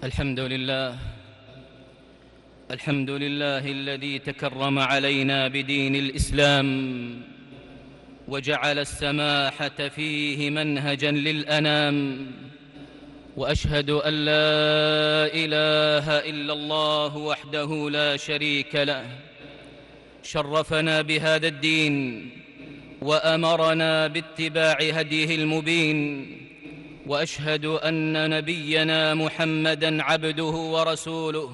الحمد لله. الحمد لله الذي تكرم علينا بدين الإسلام وجعل السماحة فيه منهجا للأنام، وأشهد أن لا إله إلا الله وحده لا شريك له، شرفنا بهذا الدين وأمرنا باتباع هديه المبين. وأشهد أن نبينا محمدًا عبده ورسوله،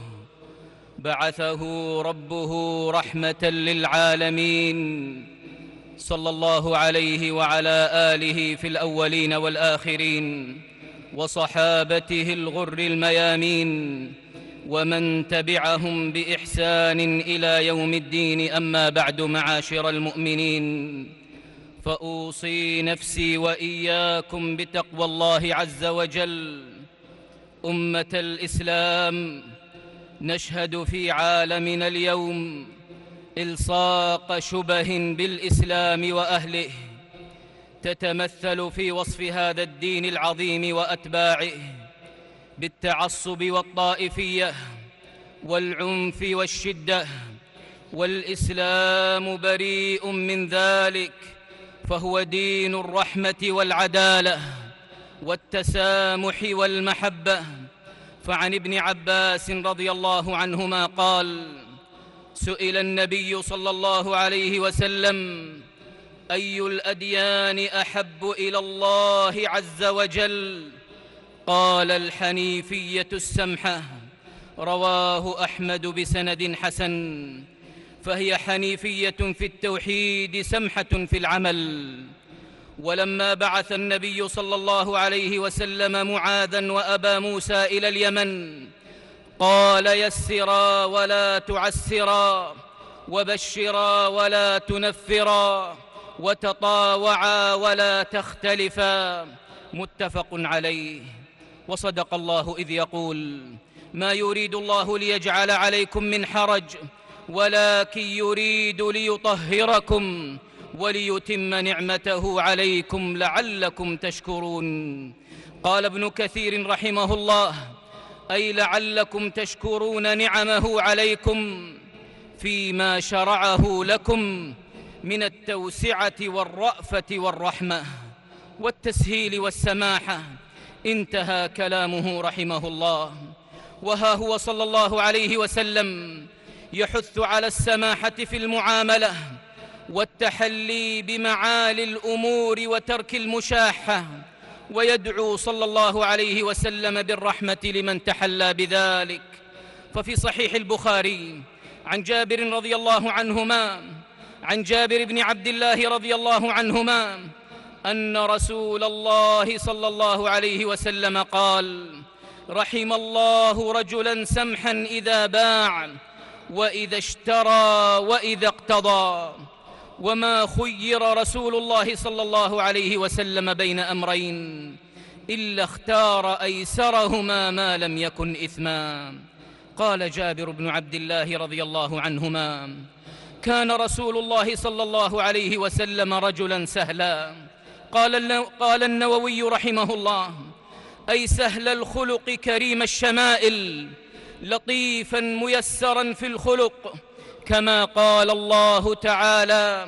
بعثه ربه رحمة للعالمين، صلى الله عليه وعلى آله في الأولين والآخرين، وصحابته الغر الميامين، ومن تبعهم بإحسان إلى يوم الدين. أما بعد، معاشر المؤمنين، فأوصي نفسي وإياكم بتقوى الله عز وجل. أمة الإسلام، نشهد في عالمنا اليوم إلصاق شبه بالإسلام وأهله، تتمثل في وصف هذا الدين العظيم وأتباعه بالتعصب والطائفية والعنف والشدة، والإسلام بريء من ذلك، فهو دين الرحمة والعدالة والتسامح والمحبة. فعن ابن عباس رضي الله عنهما قال: سئل النبي صلى الله عليه وسلم: أي الأديان أحب إلى الله عز وجل؟ قال: الحنيفية السمحة. رواه أحمد بسند حسن. فهي حنيفية في التوحيد، سمحة في العمل. ولما بعث النبي صلى الله عليه وسلم معاذا وأبا موسى إلى اليمن، قال: يسرا ولا تعسرا، وبشرا ولا تنفرا، وتطاوعا ولا تختلفا. متفق عليه. وصدق الله إذ يقول: ما يريد الله ليجعل عليكم من حرج، ولكن يريد ليطهركم وليتم نعمته عليكم لعلكم تشكرون. قال ابن كثير رحمه الله: أي لعلكم تشكرون نعمه عليكم فيما شرعه لكم من التوسعة والرأفة والرحمة والتسهيل والسماحة. انتهى كلامه رحمه الله. وها هو صلى الله عليه وسلم يحث على السماحة في المعاملة والتحلي بمعالي الأمور وترك المشاحة، ويدعو صلى الله عليه وسلم بالرحمة لمن تحلى بذلك. ففي صحيح البخاري عن جابر رضي الله عنهما، عن جابر بن عبد الله رضي الله عنهما، أن رسول الله صلى الله عليه وسلم قال: رحم الله رجلا سمحا إذا باع وإذا اشترى وإذا اقتضى. وما خير رسول الله صلى الله عليه وسلم بين أمرين إلا اختار أيسرهما ما لم يكن إثما. قال جابر بن عبد الله رضي الله عنهما: كان رسول الله صلى الله عليه وسلم رجلا سهلا. قال النووي رحمه الله: أي سهل الخلق كريم الشمائل، لطيفا ميسرا في الخلق، كما قال الله تعالى: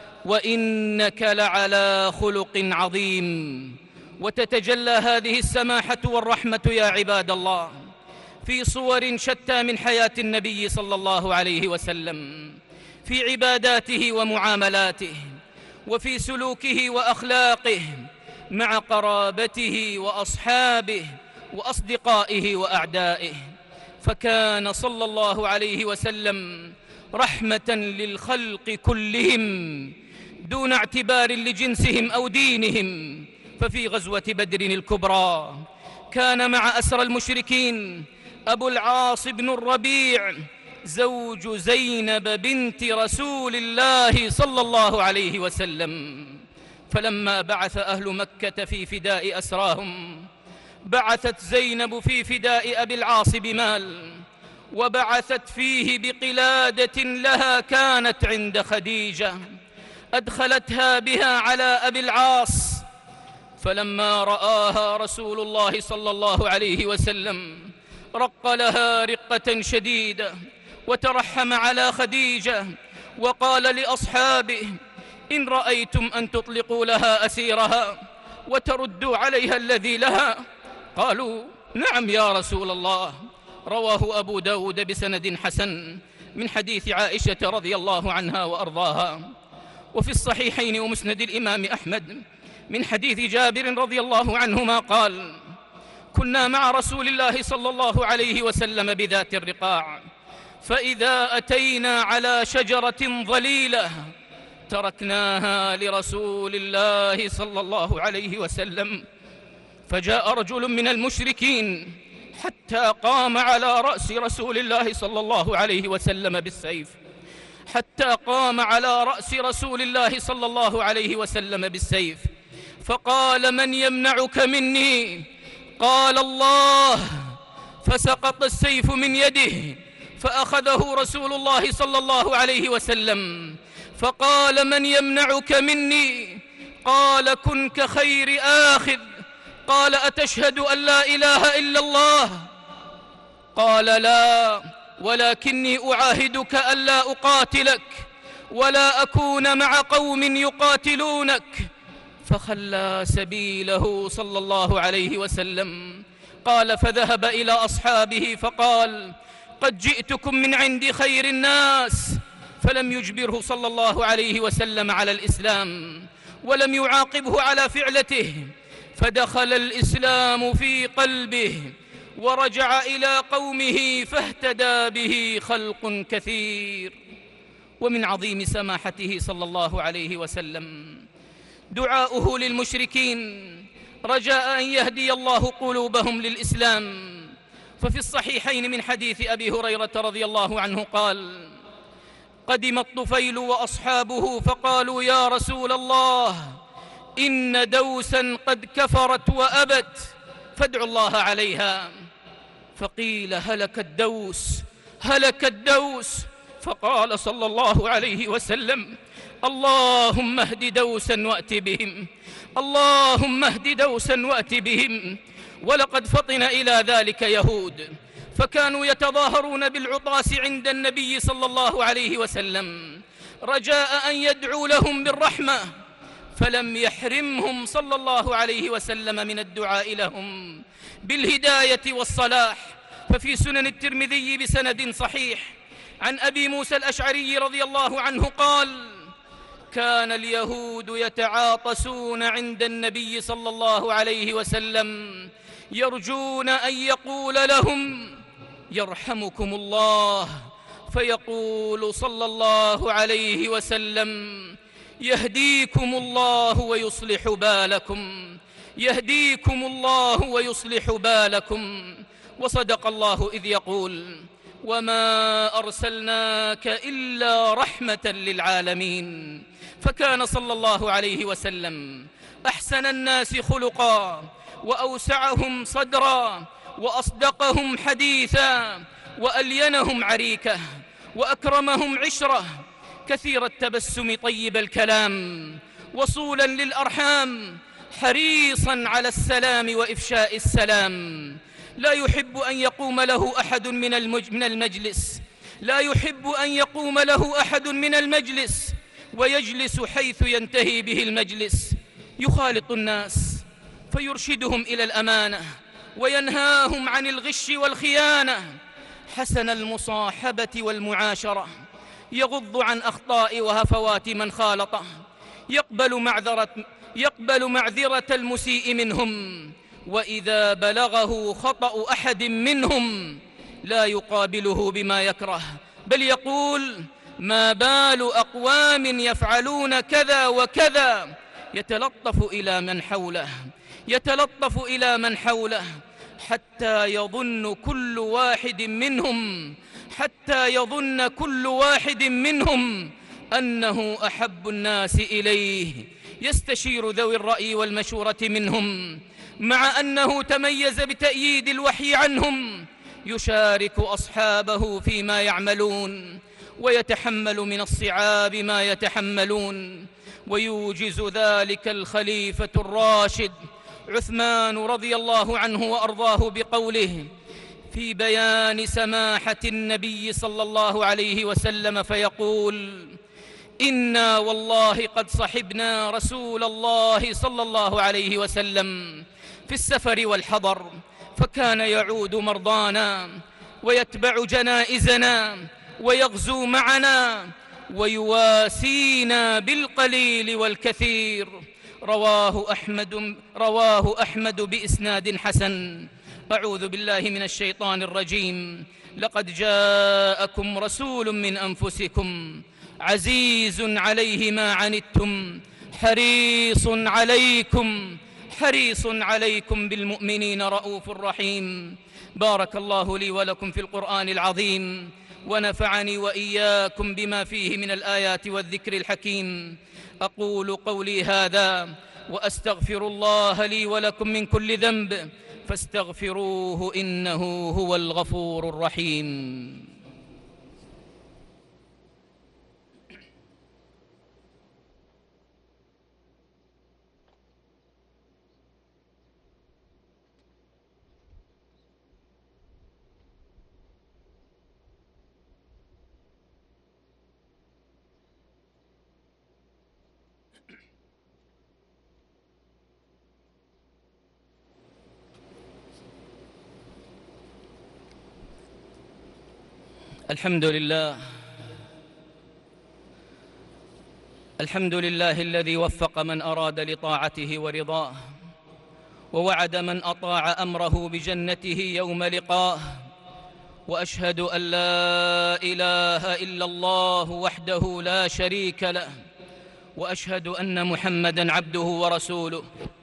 وإنك لعلى خلق عظيم. وتتجلى هذه السماحة والرحمة يا عباد الله في صور شتى من حياة النبي صلى الله عليه وسلم، في عباداته ومعاملاته، وفي سلوكه وأخلاقه مع قرابته وأصحابه وأصدقائه وأعدائه. فكان صلى الله عليه وسلم رحمة للخلق كلهم دون اعتبار لجنسهم أو دينهم. ففي غزوة بدر الكبرى كان مع أسرى المشركين أبو العاص بن الربيع زوج زينب بنت رسول الله صلى الله عليه وسلم. فلما بعث أهل مكة في فداء أسراهم، بعثت زينب في فداء أبي العاص بمال، وبعثت فيه بقلادة لها كانت عند خديجة، أدخلتها بها على أبي العاص. فلما رآها رسول الله صلى الله عليه وسلم رق لها رقة شديدة وترحم على خديجة وقال لأصحابه: إن رأيتم أن تطلقوا لها أسيرها وتردوا عليها الذي لها. قالوا: نعم يا رسول الله. رواه أبو داود بسند حسن من حديث عائشة رضي الله عنها وأرضاها. وفي الصحيحين ومسند الإمام أحمد من حديث جابر رضي الله عنهما قال: كنا مع رسول الله صلى الله عليه وسلم بذات الرقاع، فإذا أتينا على شجرة ظليلة تركناها لرسول الله صلى الله عليه وسلم، فجاء رجل من المشركين حتى قام على رأس رسول الله صلى الله عليه وسلم بالسيف، حتى قام على رأس رسول الله صلى الله عليه وسلم بالسيف، فقال: من يمنعك مني؟ قال: الله. فسقط السيف من يده، فأخذه رسول الله صلى الله عليه وسلم فقال: من يمنعك مني؟ قال: كن كخير آخذ. قال: أتشهد أن لا إله إلا الله؟ قال: لا، ولكني أعاهدك ألا أقاتلك ولا أكون مع قوم يقاتلونك. فخلى سبيله صلى الله عليه وسلم. قال: فذهب إلى أصحابه فقال: قد جئتكم من عند خير الناس. فلم يجبره صلى الله عليه وسلم على الإسلام ولم يعاقبه على فعلته، فدخل الإسلام في قلبه ورجع إلى قومه فاهتدى به خلق كثير. ومن عظيم سماحته صلى الله عليه وسلم دعاؤه للمشركين رجاء أن يهدي الله قلوبهم للإسلام. ففي الصحيحين من حديث أبي هريرة رضي الله عنه قال: قدم الطفيل وأصحابه فقالوا: يا رسول الله، إن دوسا قد كفرت وأبت، فادعوا الله عليها. فقيل: هلك الدوس، هلك الدوس. فقال صلى الله عليه وسلم: اللهم اهد دوسا وأت بهم، اللهم اهد دوسا وأت بهم. ولقد فطن إلى ذلك يهود، فكانوا يتظاهرون بالعطاس عند النبي صلى الله عليه وسلم رجاء أن يدعو لهم بالرحمة، فلم يحرمهم صلى الله عليه وسلم من الدعاء لهم بالهداية والصلاح. ففي سنن الترمذي بسند صحيح عن أبي موسى الأشعري رضي الله عنه قال: كان اليهود يتعاطسون عند النبي صلى الله عليه وسلم يرجون أن يقول لهم: يرحمكم الله، فيقول صلى الله عليه وسلم: يهديكم الله ويصلح بالكم، يهديكم الله ويصلح بالكم. وصدق الله إذ يقول: وما أرسلناك إلا رحمة للعالمين. فكان صلى الله عليه وسلم أحسن الناس خلقا وأوسعهم صدرا وأصدقهم حديثا وألينهم عريكة وأكرمهم عشرة، كثير التبسم طيب الكلام وصولا للأرحام، حريصا على السلام وإفشاء السلام. لا يحب أن يقوم له أحد من المجلس، لا يحب أن يقوم له أحد من المجلس ويجلس حيث ينتهي به المجلس. يخالط الناس فيرشدهم إلى الأمانة وينهاهم عن الغش والخيانة، حسن المصاحبة والمعاشرة، يغض عن أخطاء وهفوات من خالطه، يقبل معذرة المسيء منهم، وإذا بلغه خطأ أحد منهم لا يقابله بما يكره، بل يقول: ما بال أقوام يفعلون كذا وكذا. يتلطف إلى من حوله، يتلطف إلى من حوله، حتى يظن كل واحد منهم أنه أحب الناس إليه. يستشير ذوي الرأي والمشورة منهم، مع أنه تميز بتأييد الوحي عنهم، يشارك أصحابه فيما يعملون ويتحمل من الصعاب ما يتحملون. ويوجز ذلك الخليفة الراشد عثمان رضي الله عنه وأرضاه بقوله في بيان سماحة النبي صلى الله عليه وسلم فيقول: إنا والله قد صحبنا رسول الله صلى الله عليه وسلم في السفر والحضر، فكان يعود مرضانا ويتبع جنائزنا ويغزو معنا ويواسينا بالقليل والكثير. رواه أحمد بإسناد حسن. أعوذ بالله من الشيطان الرجيم. لقد جاءكم رسول من أنفسكم عزيز عليه ما عنتم حريص عليكم بالمؤمنين رؤوف رحيم. بارك الله لي ولكم في القرآن العظيم، ونفعني وإياكم بما فيه من الآيات والذكر الحكيم. أقول قولي هذا وأستغفر الله لي ولكم من كل ذنب، فاستغفروه إنه هو الغفور الرحيم. الحمد لله الذي وفق من أراد لطاعته ورضاه، ووعد من أطاع أمره بجنته يوم لقاه. وأشهد أن لا إله إلا الله وحده لا شريك له، وأشهد أن محمدًا عبده ورسوله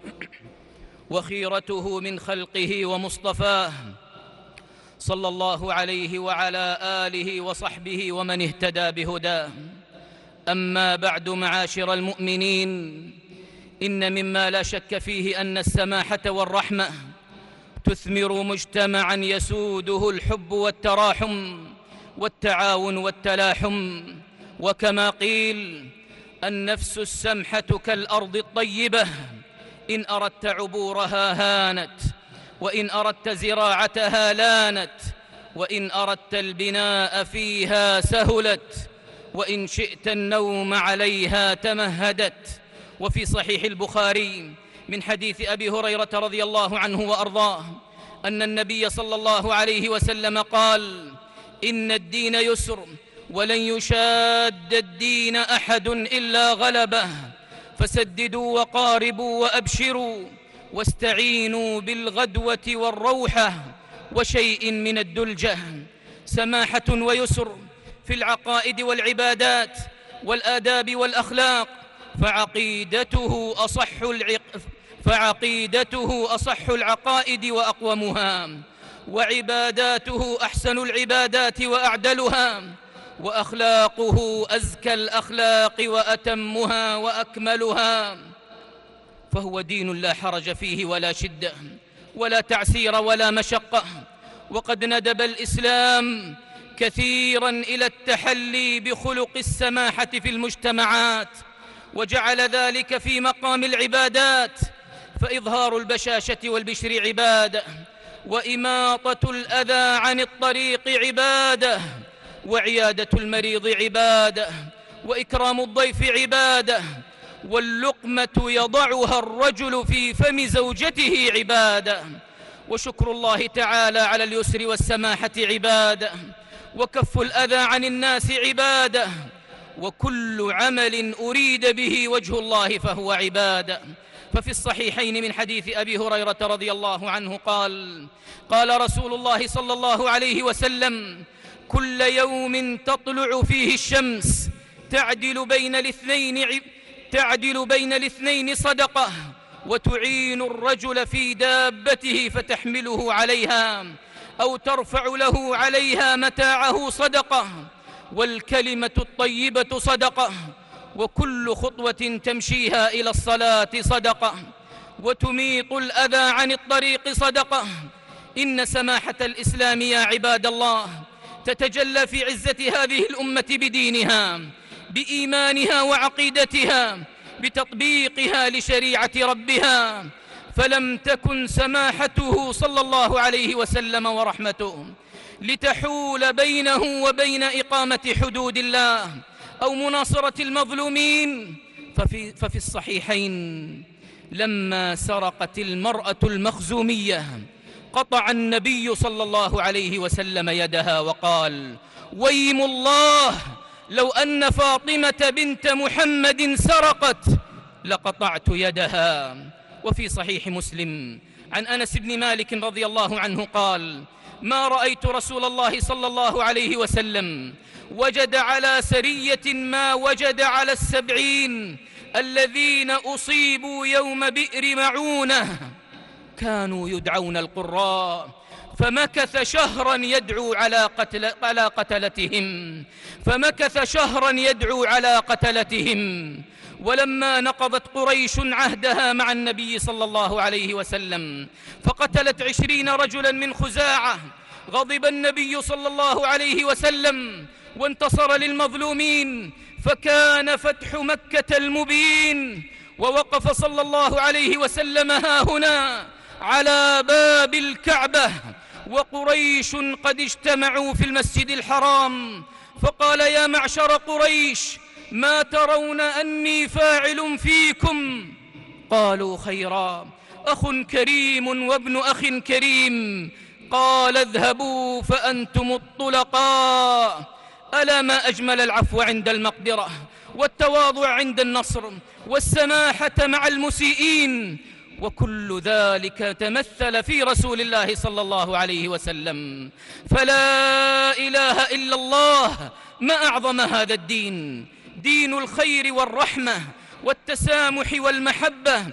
وخيرته من خلقه ومصطفاه، صلى الله عليه وعلى آله وصحبه ومن اهتدى بهداه. أما بعد، معاشر المؤمنين، إن مما لا شك فيه أن السماحة والرحمة تثمر مجتمعا يسوده الحب والتراحم والتعاون والتلاحم. وكما قيل: النفس السمحة كالأرض الطيبة، إن أردت عبورها هانت، وإن أردت زراعتها لانت، وإن أردت البناء فيها سهلت، وإن شئت النوم عليها تمهدت. وفي صحيح البخاري من حديث أبي هريرة رضي الله عنه وأرضاه أن النبي صلى الله عليه وسلم قال: إن الدين يسر، ولن يشاد الدين أحد إلا غلبه، فسددوا وقاربوا وأبشروا، واستعينوا بالغدوة والروحة وشيء من الدلجة. سماحة ويسر في العقائد والعبادات والآداب والأخلاق، فعقيدته أصح العقائد وأقومها، وعباداته أحسن العبادات وأعدلها، وأخلاقه أزكى الأخلاق وأتمها وأكملها. فهو دين لا حرج فيه ولا شدة ولا تعسير ولا مشقة. وقد ندب الإسلام كثيرا إلى التحلي بخلق السماحة في المجتمعات، وجعل ذلك في مقام العبادات، فإظهار البشاشة والبشر عبادة، وإماطة الأذى عن الطريق عبادة، وعيادة المريض عبادة، وإكرام الضيف عبادة، واللقمة يضعها الرجل في فم زوجته عبادة، وشكر الله تعالى على اليسر والسماحة عبادة، وكف الأذى عن الناس عبادة، وكل عمل أريد به وجه الله فهو عبادة. ففي الصحيحين من حديث أبي هريرة رضي الله عنه قال رسول الله صلى الله عليه وسلم: كل يوم تطلع فيه الشمس تعدل بين الاثنين صدقة، وتعين الرجل في دابته فتحمله عليها أو ترفع له عليها متاعه صدقة، والكلمة الطيبة صدقة، وكل خطوة تمشيها إلى الصلاة صدقة، وتميط الأذى عن الطريق صدقة. إن سماحة الإسلام يا عباد الله تتجلى في عزة هذه الأمة بدينها، بإيمانها وعقيدتها، بتطبيقها لشريعة ربها. فلم تكن سماحته صلى الله عليه وسلم ورحمته لتحول بينه وبين إقامة حدود الله أو مناصرة المظلومين. ففي الصحيحين لما سرقت المرأة المخزومية قطع النبي صلى الله عليه وسلم يدها وقال: ويم الله لو أن فاطمة بنت محمد سرقت لقطعت يدها. وفي صحيح مسلم عن أنس بن مالك رضي الله عنه قال: ما رأيت رسول الله صلى الله عليه وسلم وجد على سرية ما وجد على 70 الذين أصيبوا يوم بئر معونة، كانوا يدعون القراء، فمكث شهرا يدعو على قتلتهم، فمكث شهرا يدعو على قتلتهم. ولما نقضت قريش عهدها مع النبي صلى الله عليه وسلم فقتلت 20 رجلا من خزاعة، غضب النبي صلى الله عليه وسلم وانتصر للمظلومين، فكان فتح مكة المبين، ووقف صلى الله عليه وسلم هاهنا على باب الكعبة وقريش قد اجتمعوا في المسجد الحرام، فقال: يا معشر قريش، ما ترون أني فاعل فيكم؟ قالوا: خيرا، أخ كريم وابن أخ كريم. قال: اذهبوا فأنتم الطلقاء. ألا ما أجمل العفو عند المقدرة، والتواضع عند النصر، والسماحة مع المسيئين، وكل ذلك تمثل في رسول الله صلى الله عليه وسلم. فلا إله إلا الله، ما أعظم هذا الدين، دين الخير والرحمة والتسامح والمحبة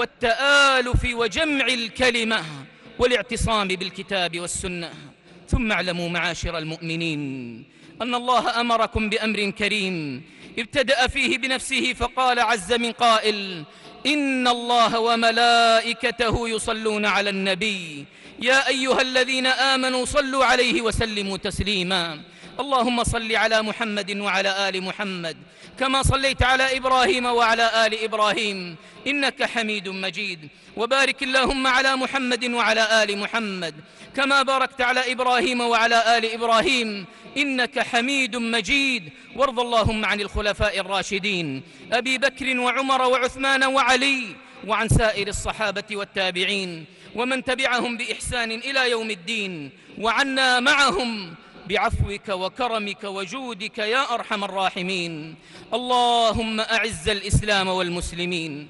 والتآلف وجمع الكلمة والاعتصام بالكتاب والسنة. ثم اعلموا معاشر المؤمنين أن الله أمركم بأمر كريم ابتدأ فيه بنفسه فقال عز من قائل: إن الله وملائكته يصلون على النبي يا أيها الذين آمنوا صلوا عليه وسلموا تسليما. اللهم صل على محمد وعلى آل محمد كما صليت على إبراهيم وعلى آل إبراهيم إنك حميد مجيد، وبارك اللهم على محمد وعلى آل محمد كما باركت على إبراهيم وعلى آل إبراهيم إنك حميد مجيد. وارض اللهم عن الخلفاء الراشدين أبي بكر وعمر وعثمان وعلي، وعن سائر الصحابة والتابعين ومن تبعهم بإحسان إلى يوم الدين، وعنا معهم بعفوك وكرمك وجودك يا أرحم الراحمين. اللهم أعز الإسلام والمسلمين،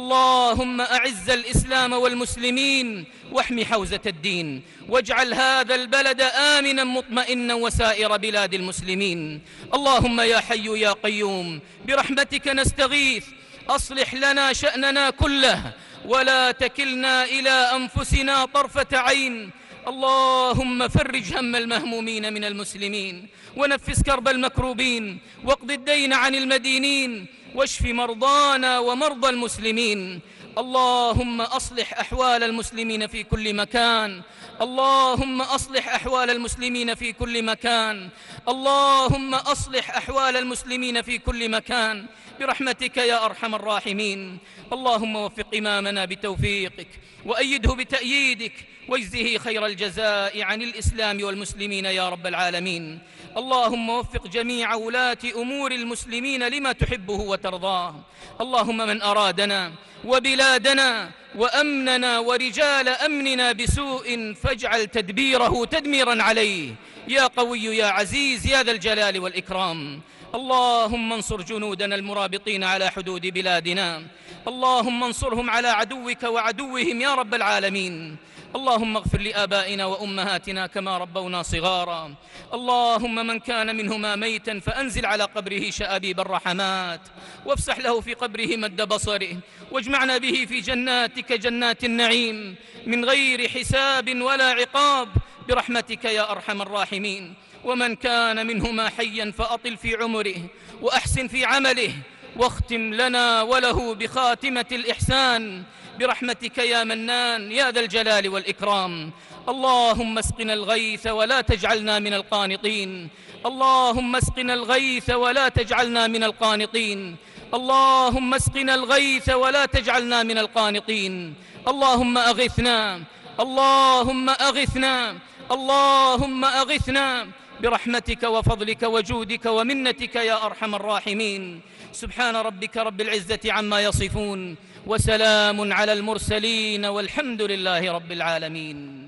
اللهم أعز الإسلام والمسلمين، واحم حوزة الدين، واجعل هذا البلد آمنا مطمئنا وسائر بلاد المسلمين. اللهم يا حي يا قيوم برحمتك نستغيث، أصلح لنا شأننا كله ولا تكلنا إلى أنفسنا طرفة عين. اللهم فرج هم المهمومين من المسلمين، ونفس كرب المكروبين، واقض الدين عن المدينين، واشف مرضانا ومرضى المسلمين. اللهم أصلح أحوال المسلمين في كل مكان، اللهم أصلح أحوال المسلمين في كل مكان، اللهم أصلح أحوال المسلمين في كل مكان برحمتك يا أرحم الراحمين. اللهم وفق إمامنا بتوفيقك، وأيده بتأييدك، واجزه خير الجزاء عن الإسلام والمسلمين يا رب العالمين. اللهم وفق جميع ولاة أمور المسلمين لما تحبه وترضاه. اللهم من أرادنا وبلادنا وأمننا ورجال أمننا بسوء فاجعل تدبيره تدميرا عليه يا قوي يا عزيز يا ذا الجلال والإكرام. اللهم انصر جنودنا المرابطين على حدود بلادنا، اللهم انصرهم على عدوك وعدوهم يا رب العالمين. اللهم اغفر لآبائنا وأمهاتنا كما ربونا صغارا. اللهم من كان منهما ميتا فأنزل على قبره شآبيب الرحمات، وافسح له في قبره مد بصره، واجمعنا به في جناتك جنات النعيم من غير حساب ولا عقاب برحمتك يا أرحم الراحمين. ومن كان منهما حيا فأطل في عمره وأحسن في عمله، واختم لنا وله بخاتمة الإحسان برحمتك يا منان يا ذا الجلال والإكرام. اللهم اسقنا الغيث ولا تجعلنا من القانطين، اللهم اسقنا الغيث ولا تجعلنا من القانطين، اللهم اسقنا الغيث ولا تجعلنا من القانطين. اللهم أغثنا، اللهم أغثنا، اللهم أغثنا برحمتك وفضلك وجودك ومنتك يا أرحم الراحمين. سبحان ربك رب العزة عما يصفون، وسلام على المرسلين، والحمد لله رب العالمين.